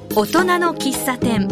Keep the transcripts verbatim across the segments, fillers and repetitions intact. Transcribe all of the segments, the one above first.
大人の喫茶店。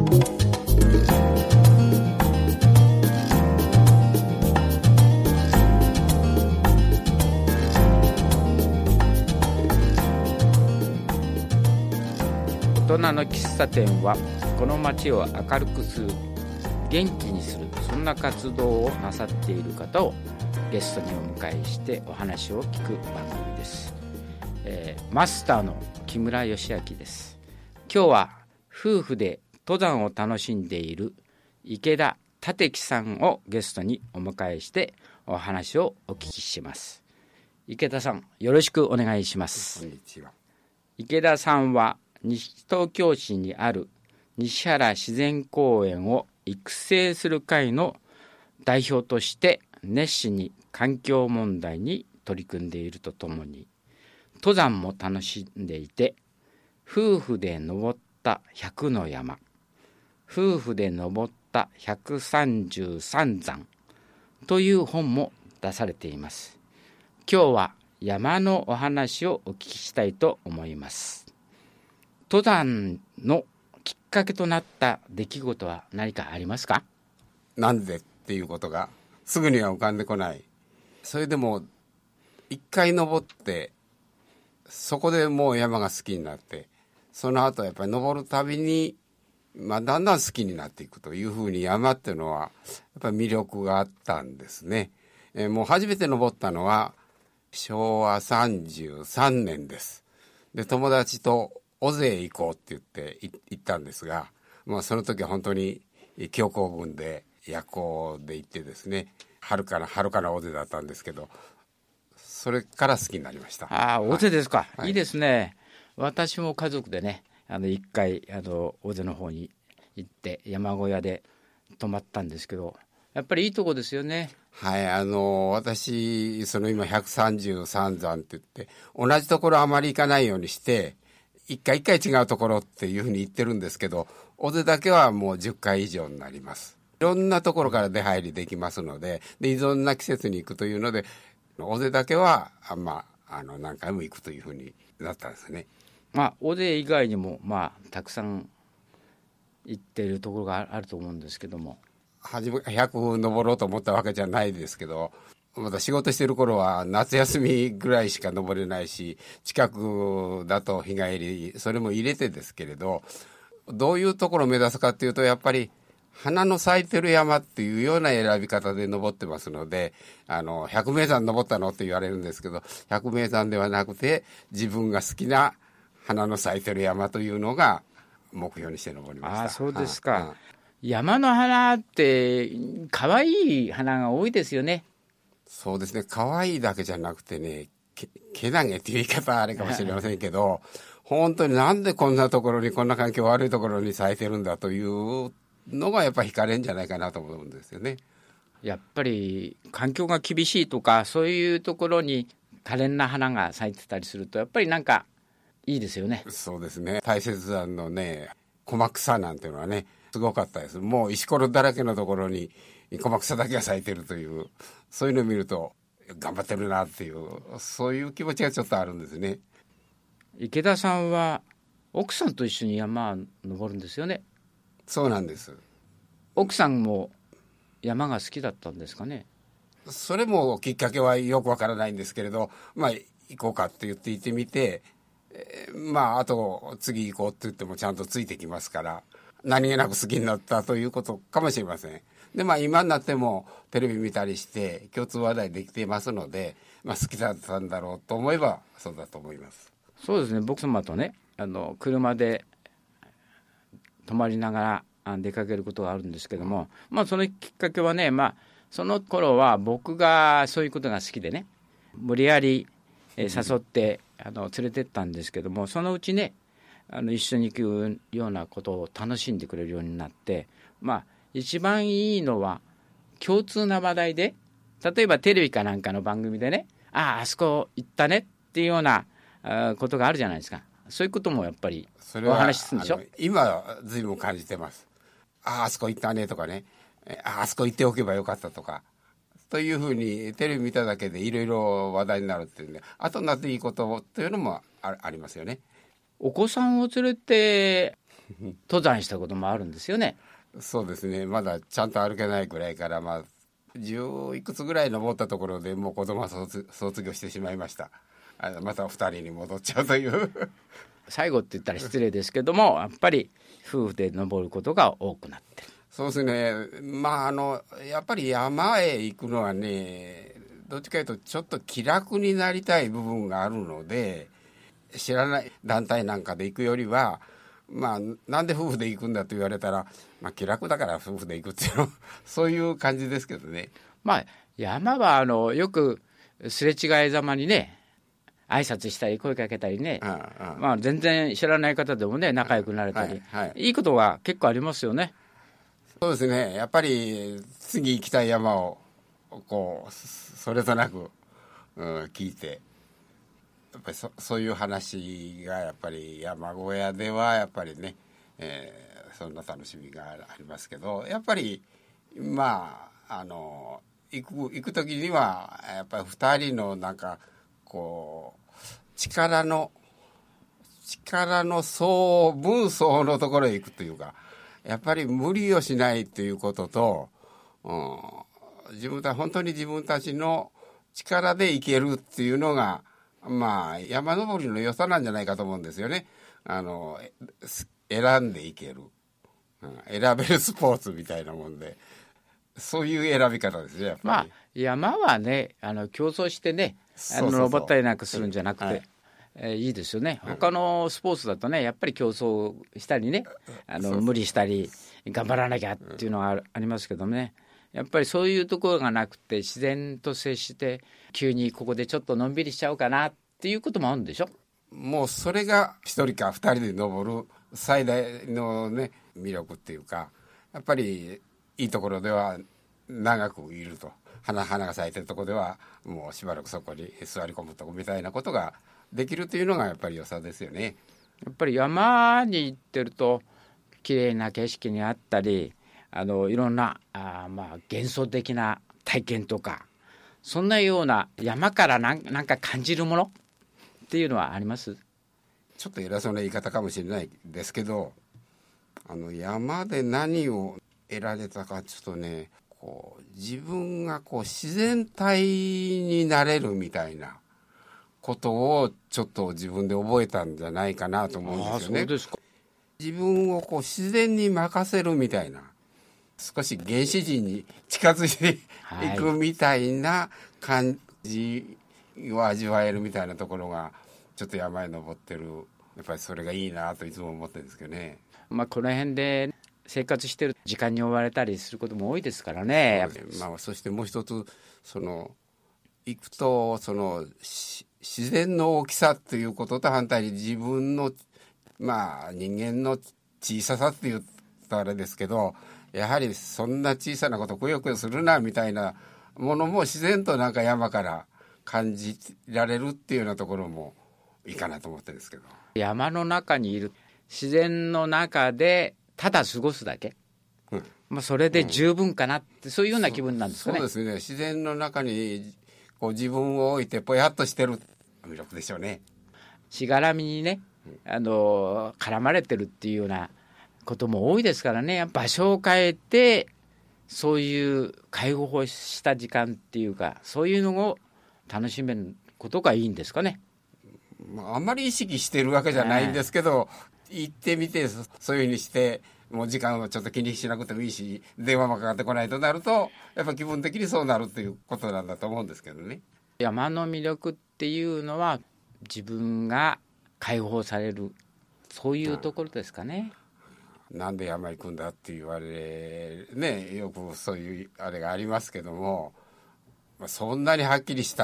大人の喫茶店はこの街を明るくする、元気にする、そんな活動をなさっている方をゲストにお迎えしてお話を聞く番組です。えー、マスターの木村義明です。今日は夫婦で登山を楽しんでいる池田立樹さんをゲストにお迎えしてお話をお聞きします。池田さん、よろしくお願いします。 こんにちは。 池田さんは西東京市にある西原自然公園を育成する会の代表として熱心に環境問題に取り組んでいるとともに、登山も楽しんでいて、夫婦で登ったひゃくの山、夫婦で登ったひゃくさんじゅうさんざんという本も出されています。今日は山のお話をお聞きしたいと思います。登山のきっかけとなった出来事は何かありますか？ なんでっていうことがすぐには浮かんでこない。それでも一回登ってそこでもう山が好きになって、その後やっぱり登るたびに、まあ、だんだん好きになっていくというふうに山っていうのはやっぱり魅力があったんですね。えー、もう初めて登ったのはしょうわさんじゅうさんねんです。で、友達と尾瀬へ行こうって言って行ったんですが、まあ、その時は本当に強行軍で夜行で行ってですね、遥かな遥かな尾瀬だったんですけど、それから好きになりました。 ああ、尾瀬ですか、 はい、 いいですね。私も家族でね、あの一回あの尾瀬の方に行って山小屋で泊まったんですけど、やっぱりいいとこですよね。 はい、あの私その今ひゃくさんじゅうさんざんって言って同じところあまり行かないようにして一回一回違うところっていうふうに言ってるんですけど、尾瀬だけはもうじゅっかい以上になります。いろんなところから出入りできますので、でいろんな季節に行くというので、尾瀬だけはあまああの何回も行くというふうになったんですね。 まあ尾瀬以外にもまあたくさん行っているところがあると思うんですけども、 初めひゃく登ろうと思ったわけじゃないですけど、まだ仕事してる頃は夏休みぐらいしか登れないし、近くだと日帰り、それも入れてですけれど、どういうところを目指すかっていうと、やっぱり花の咲いてる山っていうような選び方で登ってますので、あの百名山登ったのって言われるんですけど、百名山ではなくて自分が好きな花の咲いてる山というのが目標にして登りました。 ああ、そうですか。 はあはあ、 山の花って可愛い花が多いですよね。 そうですね、可愛いだけじゃなくてね、けけなげっていう言い方はあれかもしれませんけど本当になんでこんなところに、こんな環境悪いところに咲いてるんだというのがやっぱり惹かれるんじゃないかなと思うんですよね。 やっぱり環境が厳しいとかそういうところに可憐な花が咲いてたりするとやっぱりなんかいいですよね。 そうですね、大雪山のねコマ草なんていうのはねすごかったです。もう石ころだらけのところにコマ草だけが咲いてるという、そういうのを見ると頑張ってるなっていう、そういう気持ちがちょっとあるんですね。 池田さんは奥さんと一緒に山登るんですよね。 そうなんです。 奥さんも山が好きだったんですかね。 それもきっかけはよくわからないんですけれど、まあ行こうかって言って行ってみて、えー、まああと次行こうって言ってもちゃんとついてきますから、何気なく好きになったということかもしれません。でまあ今になってもテレビ見たりして共通話題できていますので、まあ、好きだったんだろうと思えばそうだと思います。 そうですね、僕様とねあの車で泊まりながら出かけることがあるんですけども、まあそのきっかけはね、まあその頃は僕がそういうことが好きでね、無理やり誘ってあの連れてったんですけども、そのうちねあの一緒に行くようなことを楽しんでくれるようになって、まあ一番いいのは共通な話題で、例えばテレビかなんかの番組でね、あああそこ行ったねっていうようなことがあるじゃないですか。そういうこともやっぱりお話しするんでしょ。 今は随分感じてます。あああそこ行ったねとかね、ああそこ行っておけばよかったとかというふうにテレビ見ただけでいろいろ話題になるっていうんで、後になっていいことっていうのも あ, ありますよね。 お子さんを連れて登山したこともあるんですよね。 そうですね、まだちゃんと歩けないぐらいから、まあ十いくつぐらい登ったところでもう子供は 卒, 卒業してしまいました。あまたふたりに戻っちゃうという最後って言ったら失礼ですけども、やっぱり夫婦で登ることが多くなってる。 そうですね、まああのやっぱり山へ行くのはね、どっちかというとちょっと気楽になりたい部分があるので、知らない団体なんかで行くよりは、まあなんで夫婦で行くんだと言われたら、まあ、気楽だから夫婦で行くっていうのそういう感じですけどね。 まあ山はあのよくすれ違いざまにね挨拶したり声かけたりね、ああまあ、全然知らない方でもね仲良くなれたり、はいはい、いいことが結構ありますよね。 そうですね、やっぱり次行きたい山をこうそれとなく、うん、聞いて、やっぱり そ, そういう話がやっぱり山小屋ではやっぱりね、えー、そんな楽しみがありますけど、やっぱりまああの行く行く時にはやっぱりふたりのなんかこう力の力の層分層のところへ行くというか、やっぱり無理をしないということと、うん、自分た本当に自分たちの力で行けるっていうのがまあ山登りの良さなんじゃないかと思うんですよね。あの選んでいける、うん、選べるスポーツみたいなもんで、そういう選び方ですねやっぱり。 まあ山はねあの競争してねあの登ったりなんかするんじゃなくて、はい、えー、いいですよね。他のスポーツだとねやっぱり競争したりねあの無理したり頑張らなきゃっていうのが あ, ありますけどね、やっぱりそういうところがなくて自然と接して急にここでちょっとのんびりしちゃおうかなっていうこともあるんでしょ。 もうそれが一人か二人で登る最大のね魅力っていうか、やっぱりいいところでは長くいると、 花, 花が咲いてるところではもうしばらくそこに座り込むとこみたいなことができるというのがやっぱり良さですよね。 やっぱり山に行ってると綺麗な景色にあったり、あのいろんなあ、まあ、幻想的な体験とか、そんなような山からなんなんか感じるものっていうのはあります？ ちょっと偉そうな言い方かもしれないですけど、あの山で何を得られたかちょっとね、こう自分がこう自然体になれるみたいなことをちょっと自分で覚えたんじゃないかなと思うんですよね。 あ、そうですか。 自分をこう自然に任せるみたいな、少し原始人に近づいていくみたいな感じを味わえるみたいなところがちょっと山へ登ってる、やっぱりそれがいいなといつも思ってるんですけどね。 まあ、この辺で生活してる時間に追われたりすることも多いですからね。 そうですね、まあ、そしてもう一つその行くとその自然の大きさということと反対に自分のまあ人間の小ささって言ったらあれですけど、やはりそんな小さなことくよくよするなみたいなものも自然となんか山から感じられるっていうようなところもいいかなと思ってるんですけど、 山の中にいる、自然の中でただ過ごすだけ、うん、まあ、それで十分かなって、うん、そういうような気分なんですかね。 そうですね、自然の中にこう自分を置いてぽやっとしてる魅力でしょうね。 しがらみにね、あの絡まれてるっていうようなことも多いですからね。場所を変えてそういう解放した時間っていうか、そういうのを楽しめることがいいんですかね。 まあ、あんまり意識してるわけじゃないんですけど、行ってみてそういうふうにしてもう時間はちょっと気にしなくてもいいし、電話もかかってこないとなるとやっぱ気分的にそうなるっていうことなんだと思うんですけどね。 山の魅力っていうのは自分が解放される、そういうところですかね。 うん、なんで山行くんだって言われね、よくそういうあれがありますけども、まあ、そんなにはっきりした、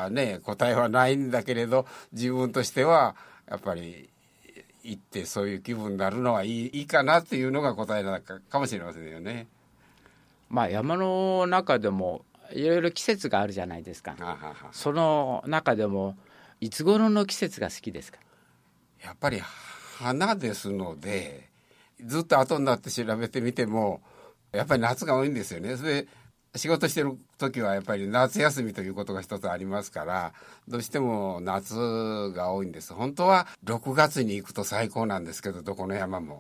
ね、答えはないんだけれど、自分としてはやっぱり行ってそういう気分になるのはいい、いいかなっていうのが答えなのかもしれませんよね。 まあ、山の中でもいろいろ季節があるじゃないですか。ははは。その中でもいつ頃の季節が好きですか？ やっぱり花ですので、ずっと後になって調べてみてもやっぱり夏が多いんですよね。それで仕事してる時はやっぱり夏休みということが一つありますから、どうしても夏が多いんです。本当はろくがつに行くと最高なんですけど、どこの山も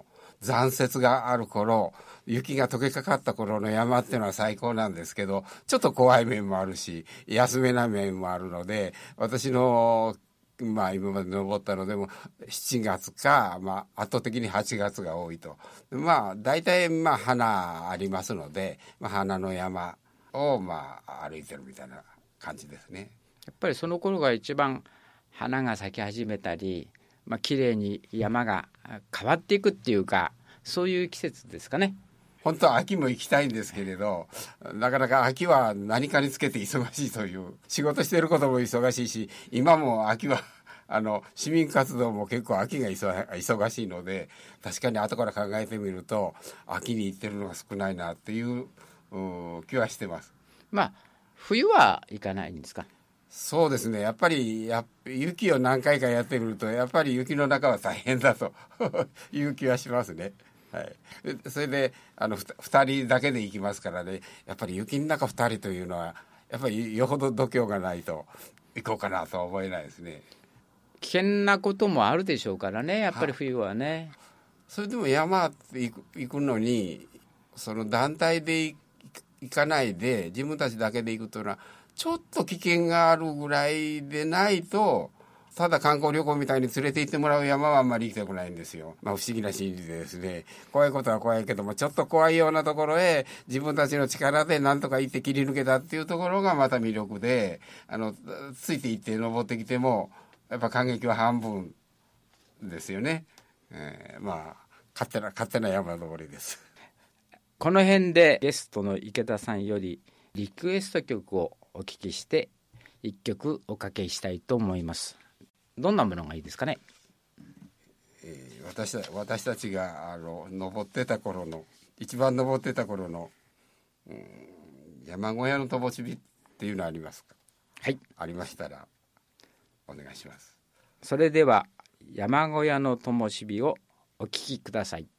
残雪がある頃、雪が溶けかかった頃の山っていうのは最高なんですけど、ちょっと怖い面もあるし、安めな面もあるので、私のまあ今まで登ったのでもしちがつか、まあ圧倒的にはちがつが多いと。まあ大体まあ花ありますので、まあ、花の山をまあ歩いてるみたいな感じですね。 やっぱりその頃が一番花が咲き始めたり、まあ綺麗に山が変わっていくっていうか、そういう季節ですかね。 本当は秋も行きたいんですけれど、なかなか秋は何かにつけて忙しいという、仕事していることも忙しいし、今も秋はあの市民活動も結構秋が忙しいので、確かに後から考えてみると秋に行ってるのが少ないなっていう気はしてます。 まあ冬は行かないんですか？ そうですね、やっぱりや雪を何回かやってみると、やっぱり雪の中は大変だという気はしますね。はい、それであのふたりだけで行きますからね、やっぱり雪の中ふたりというのはやっぱりよほど度胸がないと行こうかなとは思えないですね。 危険なこともあるでしょうからね、やっぱり冬はね。 それでも山って行く、行くのにその団体で行かないで自分たちだけで行くというのはちょっと危険があるぐらいでないと、ただ観光旅行みたいに連れて行ってもらう山はあんまり行きたくないんですよ。まあ不思議な心理でですね、怖いことは怖いけども、ちょっと怖いようなところへ自分たちの力で何とか行って切り抜けたっていうところがまた魅力で、あの、ついて行って登ってきても、やっぱ感激は半分ですよね。えー、まあ、勝手な、勝手な山登りです。 この辺でゲストの池田さんよりリクエスト曲をお聞きしていっきょくおかけしたいと思います。どんなものがいいですかね？ えー、私た私たちがあの登ってた頃の一番登ってた頃の、うん、山小屋の灯火っていうのありますか？ はい、 ありましたらお願いします。 それでは山小屋の灯火をお聞きください。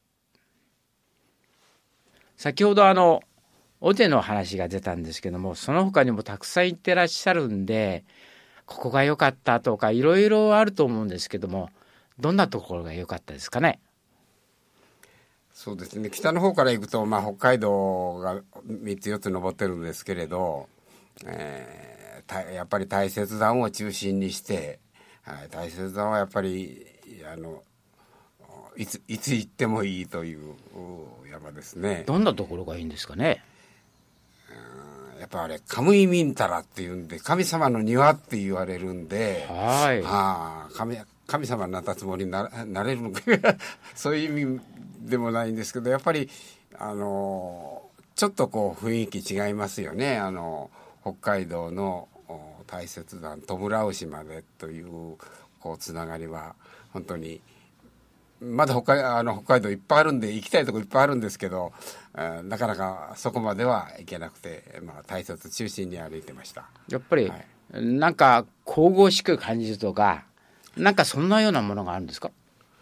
先ほどあの尾瀬の話が出たんですけども、その他にもたくさん行ってらっしゃるんで、ここが良かったとかいろいろあると思うんですけども、どんなところが良かったですかね？ そうですね、北の方から行くと、まあ、北海道がみっつよっつ登ってるんですけれど、えー、やっぱり大雪山を中心にして、はい、大雪山はやっぱりあのいついつ行ってもいいという山ですね。 どんなところがいいんですかね？ やっぱあれカムイミンタラっていうんで、神様の庭って言われるんで、 はい、 はあ、神, 神様になったつもりに な, なれるのかそういう意味でもないんですけど、やっぱりあのちょっとこう雰囲気違いますよね。あの北海道の大雪山戸村牛までというこうつながりは本当にまだ 北, 海あの北海道いっぱいあるんで、行きたいとこいっぱいあるんですけど、なかなかそこまでは行けなくて、まあ、大雪中心に歩いてました。 やっぱり、 はい、 なんか神々しく感じるとか、なんかそんなようなものがあるんですか？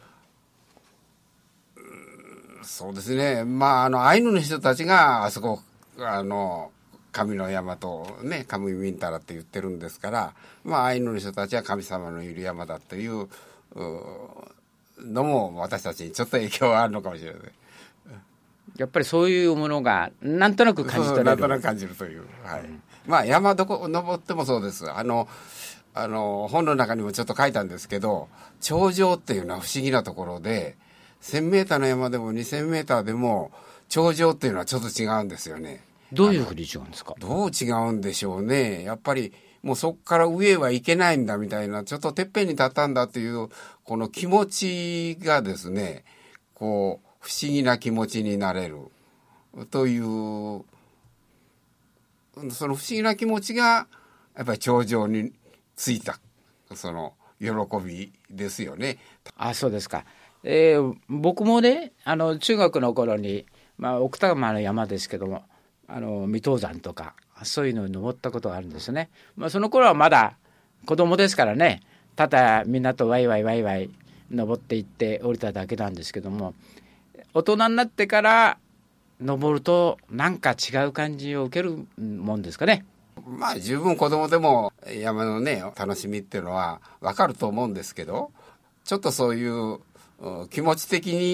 うん、そうですね、まああのアイヌの人たちがあそこあの神の山とね、カムイミンタラって言ってるんですから、まあアイヌの人たちは神様のいる山だというのも私たちにちょっと影響はあるのかもしれない。 やっぱりそういうものがなんとなく感じ取れる。 なんとなく感じるという、はい、うん、まあ山どこ登ってもそうです。あのあの本の中にもちょっと書いたんですけど、頂上っていうのは不思議なところで、せんメーターの山でもにせんメーターでも頂上っていうのはちょっと違うんですよね。 どういうふうに違うんですか？ どう違うんでしょうね。やっぱりもうそこから上は行けないんだみたいな、ちょっとてっぺんに立ったんだっていうこの気持ちがですね、こう不思議な気持ちになれるという、その不思議な気持ちがやっぱり頂上についたその喜びですよね。 あ、そうですか。えー、僕もね、あの中学の頃に、まあ、奥多摩の山ですけども、あの未登山とかそういうのに登ったことがあるんですね。まあ、その頃はまだ子供ですからね、ただみんなとワイワイワイワイ登っていって降りただけなんですけども、大人になってから登るとなんか違う感じを受けるもんですかね。 まあ十分子供でも山のね楽しみっていうのは分かると思うんですけど、ちょっとそういう気持ち的に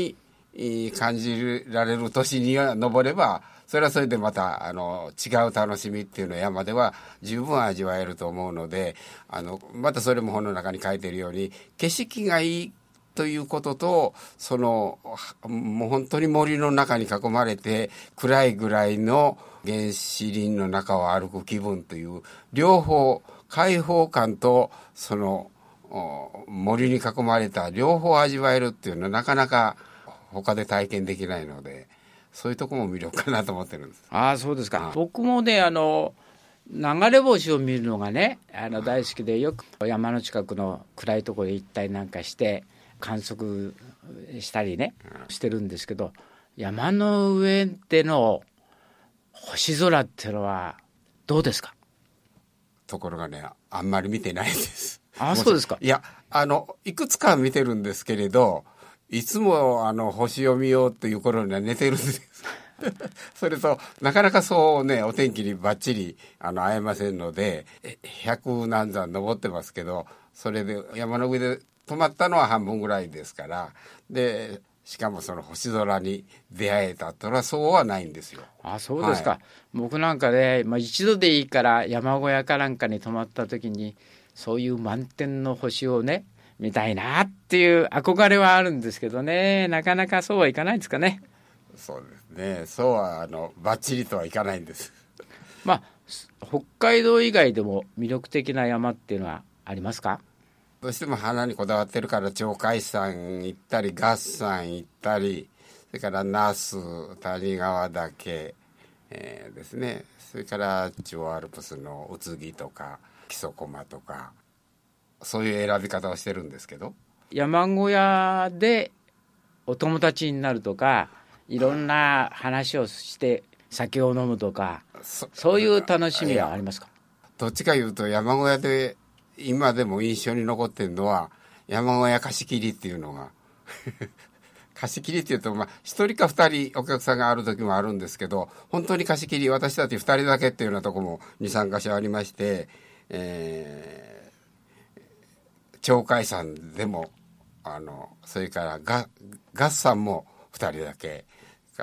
感じられる年には登れば、それはそれでまたあの違う楽しみっていうのを山では十分味わえると思うので、あのまたそれも本の中に書いているように、景色がいいということと、そのもう本当に森の中に囲まれて暗いぐらいの原始林の中を歩く気分という両方、開放感とその森に囲まれた両方味わえるっていうのはなかなか他で体験できないので、そういうところも魅力かなと思ってるんです。 ああ、そうですか。 ああ、 僕もね、あの流れ星を見るのがね、あの大好きで、よく山の近くの暗いところへ行ったりなんかして観測したりね、してるんですけど、山の上での星空っていうのはどうですか？ ところがね、あんまり見てないです。 ああ、そうですか。 いや、あのいくつか見てるんですけれど、いつもあの星を見ようという頃には寝てるんですそれとなかなかそうね、お天気にバッチリあの会えませんので、百何山登ってますけど、それで山の上で泊まったのは半分ぐらいですから、でしかもその星空に出会えたというのはそうはないんですよ。 あ、そうですか。 はい、 僕なんかね、まあ、一度でいいから山小屋かなんかに泊まった時に、そういう満天の星をね見たいなっていう憧れはあるんですけどね、なかなかそうはいかないんですかね。 そうですね、そうはあのバッチリとはいかないんです。 まあ北海道以外でも魅力的な山っていうのはありますか？ どうしても花にこだわってるから鳥海山行ったり、月山行ったり、それから那須谷川岳、えー、ですね、それから中央アルプスの宇津木とか木曽駒とか、そういう選び方をしてるんですけど、 山小屋でお友達になるとか、いろんな話をして酒を飲むとか、そ, そういう楽しみはありますか？ どっちかいうと山小屋で今でも印象に残ってるのは山小屋貸し切りっていうのが貸し切りっていうと、まあ一人か二人お客さんがある時もあるんですけど、本当に貸し切り、私たち二人だけっていうようなとこも二三箇所ありまして、えー、鳥海山でもあのそれからが月山も二人だけから、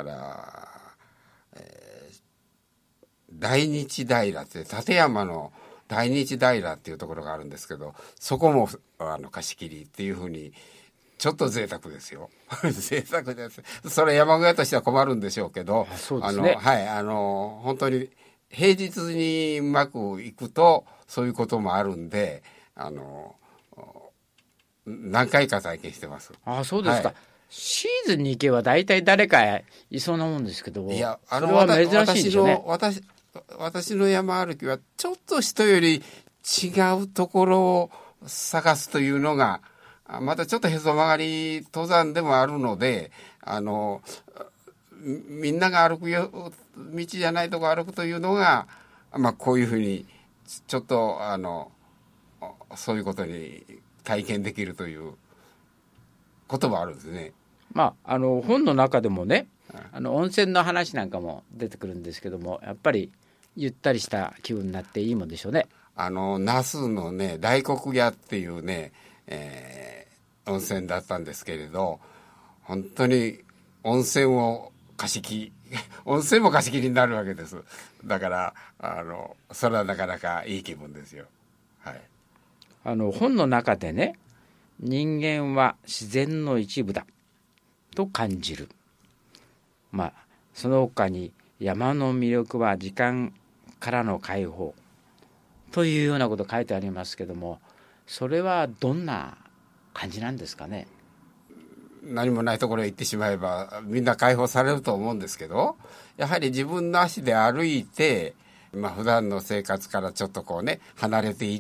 えー、大日平って立山の大日平っていうところがあるんですけど、そこもあの貸し切りっていうふうに、ちょっと贅沢ですよ贅沢です。それ山小屋としては困るんでしょうけど、 あ、そうですね。 あのはい、あの本当に平日にうまくいくとそういうこともあるんで、あの何回か体験してます。 あ、そうですか。 はい、 シーズンに行けば大体誰かいそうなもんですけど、 いや、あのそれは珍しいんでしょうね。 私の私私の山歩きはちょっと人より違うところを探すというのが、またちょっとへそ曲がり登山でもあるので、あのみんなが歩くよ道じゃないとこ歩くというのが、まあ、こういうふうにちょっとあのそういうことに体験できるということもあるんですね。 まあ、あの本の中でもね、あの温泉の話なんかも出てくるんですけども、やっぱりゆったりした気分になっていいもんでしょうね。 あの那須のね大黒屋っていうね、えー、温泉だったんですけれど、本当に温泉を貸し切り温泉も貸し切りになるわけです。だからあのそれはなかなかいい気分ですよ。はい、 あの本の中でね、人間は自然の一部だと感じる、まあ、その他に山の魅力は時間からの解放というようなこと書いてありますけども、それはどんな感じなんですかね。 何もないところへ行ってしまえばみんな解放されると思うんですけど、やはり自分の足で歩いて、まあ、普段の生活からちょっとこうね離れていって、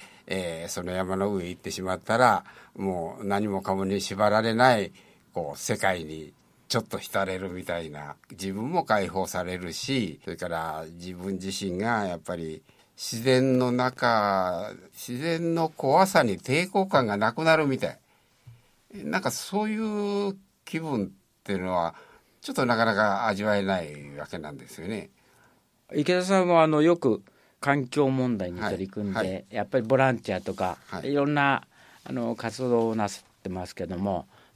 えー、その山の上へ行ってしまったら、もう何もかもに縛られないこう世界にちょっと浸れるみたいな、自分も解放されるし、それから自分自身がやっぱり自然の中、自然の怖さに抵抗感がなくなるみたい、なんかそういう気分っていうのはちょっとなかなか味わえないわけなんですよね。 池田さんはあのよく環境問題に取り組んで、 はいはい、 やっぱりボランティアとか、 はい、 いろんなあの活動をなさってますけども、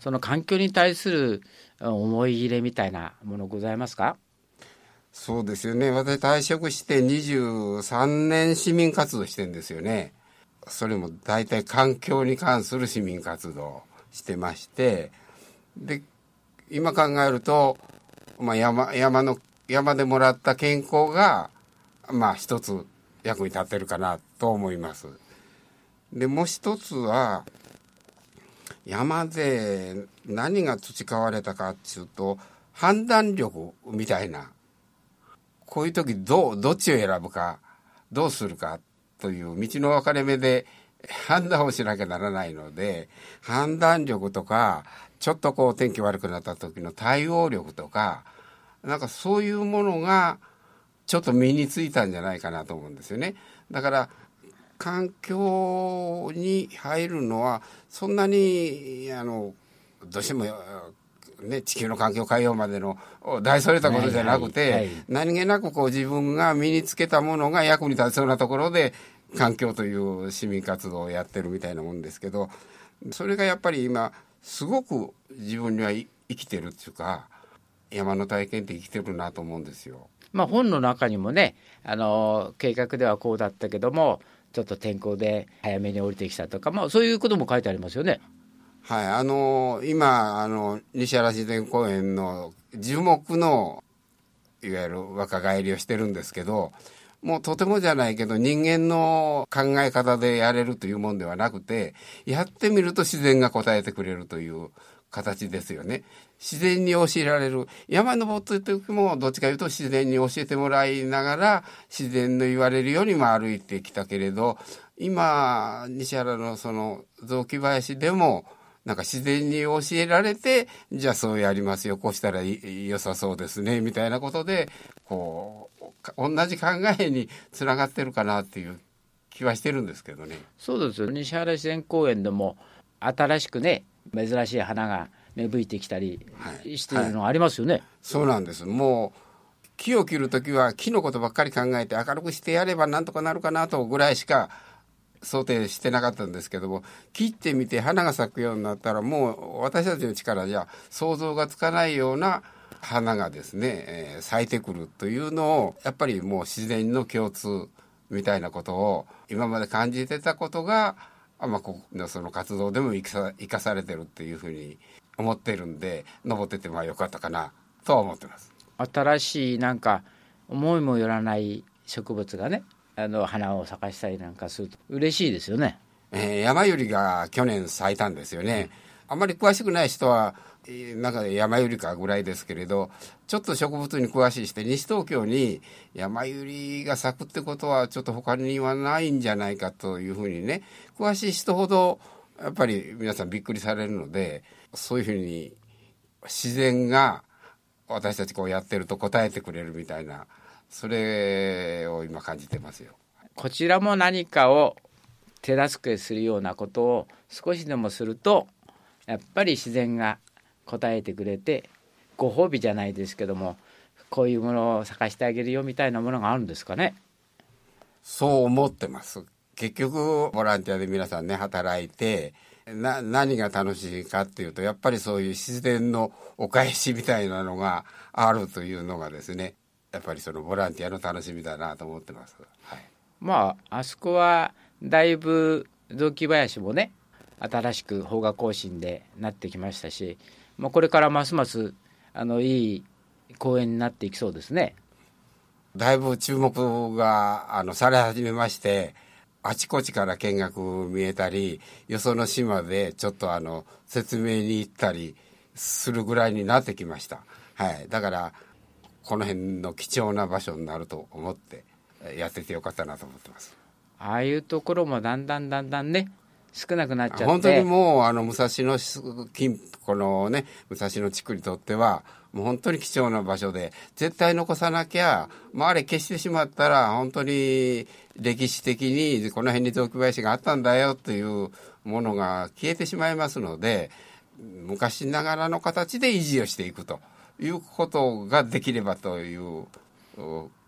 その環境に対する思い入れみたいなものございますか？ そうですよね。私退職してにじゅうさんねん市民活動してんですよね。それも大体環境に関する市民活動をしてまして、で今考えると、まあ、山山の山でもらった健康がまあ一つ役に立ってるかなと思います。でもう一つは、山で何が培われたかっていうと、判断力みたいな、こういう時どうどっちを選ぶかどうするかという道の分かれ目で判断をしなきゃならないので、判断力とか、ちょっとこう天気悪くなった時の対応力とか、なんかそういうものがちょっと身についたんじゃないかなと思うんですよね。だから環境に入るのはそんなにあのどうしても、ね、地球の環境を変えようまでの大それたことじゃなくて、はいはいはい、何気なくこう自分が身につけたものが役に立ちそうなところで環境という市民活動をやってるみたいなもんですけど、それがやっぱり今すごく自分には生きてるっていうか、山の体験って生きてるなと思うんですよ。 まあ、本の中にもね、あの計画ではこうだったけどもちょっと天候で早めに降りてきたとか、まあ、そういうことも書いてありますよね。 はい、あの今あの西原自然公園の樹木のいわゆる若返りをしてるんですけど、もうとてもじゃないけど人間の考え方でやれるというもんではなくて、やってみると自然が答えてくれるという形ですよね。自然に教えられる。山登ってる時もどっちかというと自然に教えてもらいながら自然の言われるようにも歩いてきたけれど、今西原のその雑木林でもなんか自然に教えられて、じゃあそうやりますよ、こうしたら良さそうですねみたいなことでこう同じ考えにつながってるかなっていう気はしてるんですけどね。 そうですよ。西原自然公園でも新しくね珍しい花が芽吹いてきたりしているのありますよね。はいはい、 そうなんです。もう木を切るときは木のことばっかり考えて明るくしてやればなんとかなるかなとぐらいしか想定してなかったんですけども、切ってみて花が咲くようになったらもう私たちの力じゃ想像がつかないような花がですね、えー、咲いてくるというのをやっぱりもう自然の共通みたいなことを今まで感じてたことが、まあ、ここのその活動でも生かさ、生かされてるっていうふうに思ってるんで、登っててまあよかったかなとは思ってます。 新しいなんか思いもよらない植物がね、あの花を咲かしたりなんかすると嬉しいですよね。 えー、山百合が去年咲いたんですよね。あんまり詳しくない人はなんか山百合かぐらいですけれど、ちょっと植物に詳しいして西東京に山百合が咲くってことはちょっと他にはないんじゃないかというふうにね、詳しい人ほどやっぱり皆さんびっくりされるので、そういうふうに自然が私たちこうやってると答えてくれるみたいな、それを今感じてますよ。 こちらも何かを手助けするようなことを少しでもするとやっぱり自然が答えてくれて、ご褒美じゃないですけどもこういうものを咲かしてあげるよみたいなものがあるんですかね。 そう思ってます。結局ボランティアで皆さんね働いてな何が楽しいかっていうと、やっぱりそういう自然のお返しみたいなのがあるというのがですね、やっぱりそのボランティアの楽しみだなと思ってます。はい、 まああそこはだいぶ雑木林もね新しく法画更新でなってきましたし、まあ、これからますますあのいい公園になっていきそうですね。 だいぶ注目があのされ始めまして、あちこちから見学見えたり、よその島でちょっとあの説明に行ったりするぐらいになってきました。はい、だからこの辺の貴重な場所になると思ってやっててよかったなと思ってます。 ああいうところもだんだんだんだんね少なくなっちゃって、 本当にもうあの武蔵野近このね武蔵野地区にとってはもう本当に貴重な場所で、絶対残さなきゃ、まあ、あれ消してしまったら本当に歴史的にこの辺に雑木林があったんだよというものが消えてしまいますので、昔ながらの形で維持をしていくということができればという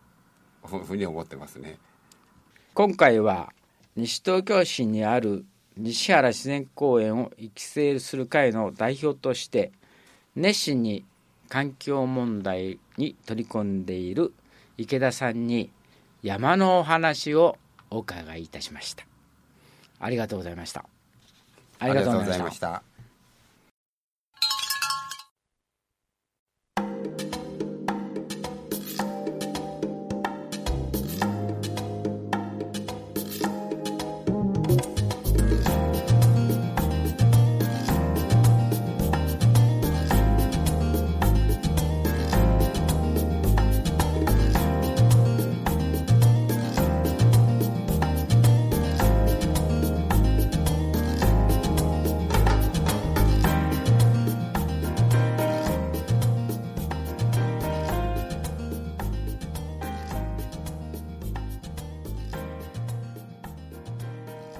ふうに思ってますね。 今回は西東京市にある西原自然公園を育成する会の代表として熱心に環境問題に取り組んでいる池田さんに山のお話をお伺いいたしました。ありがとうございました。 ありがとうございました。